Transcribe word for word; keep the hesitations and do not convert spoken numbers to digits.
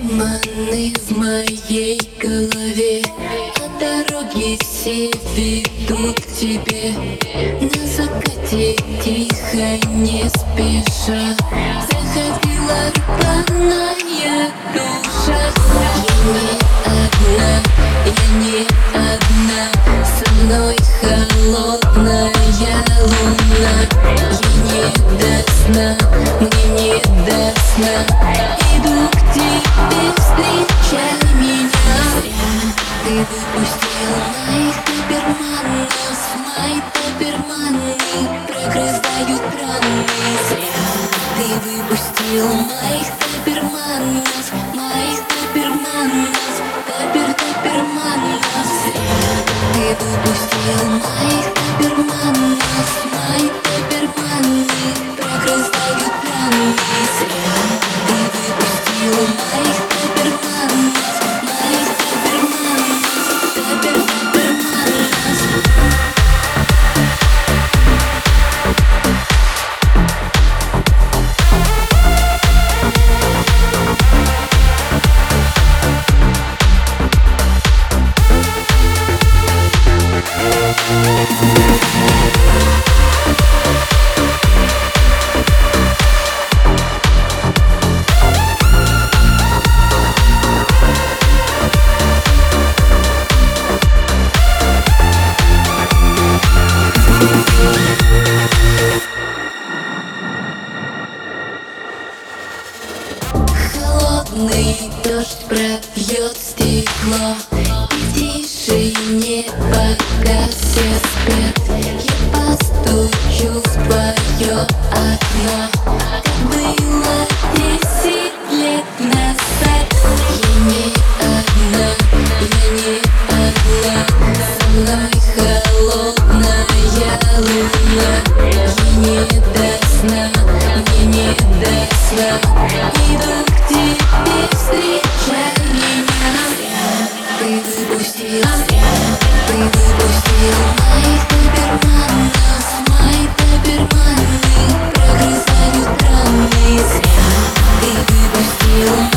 Туманы в моей голове, а дороги все ведут к тебе. На закате тихо, не спеша, заходила рваная душа. Я не одна, я не одна, со мной холодная луна. Я не до сна, мне не до сна, иду к тебе, встречай меня. Зря ты выпустил моих доберманов, мои доберманы прогрызают раны. Зря ты выпустил моих доберманов, моих доберманов, добер-доберманов. Зря ты выпустил моих доберманов, мои доберманы прогрызают раны. Зря ты выпустил моих доберманов, моих доберманов, добер-доберманов. Холодный дождь пробьет стекло, и в тишине, пока все спят, я постучу в твое окно, как было десять лет назад. Я не одна, я не одна, со мной холодная луна. Я не до сна, мне не до сна, иду к тебе, встречай меня. Зря ты выпустил, зря ты выпустил моих доберманов, мои доберманы прогрызают раны. Зря ты выпустил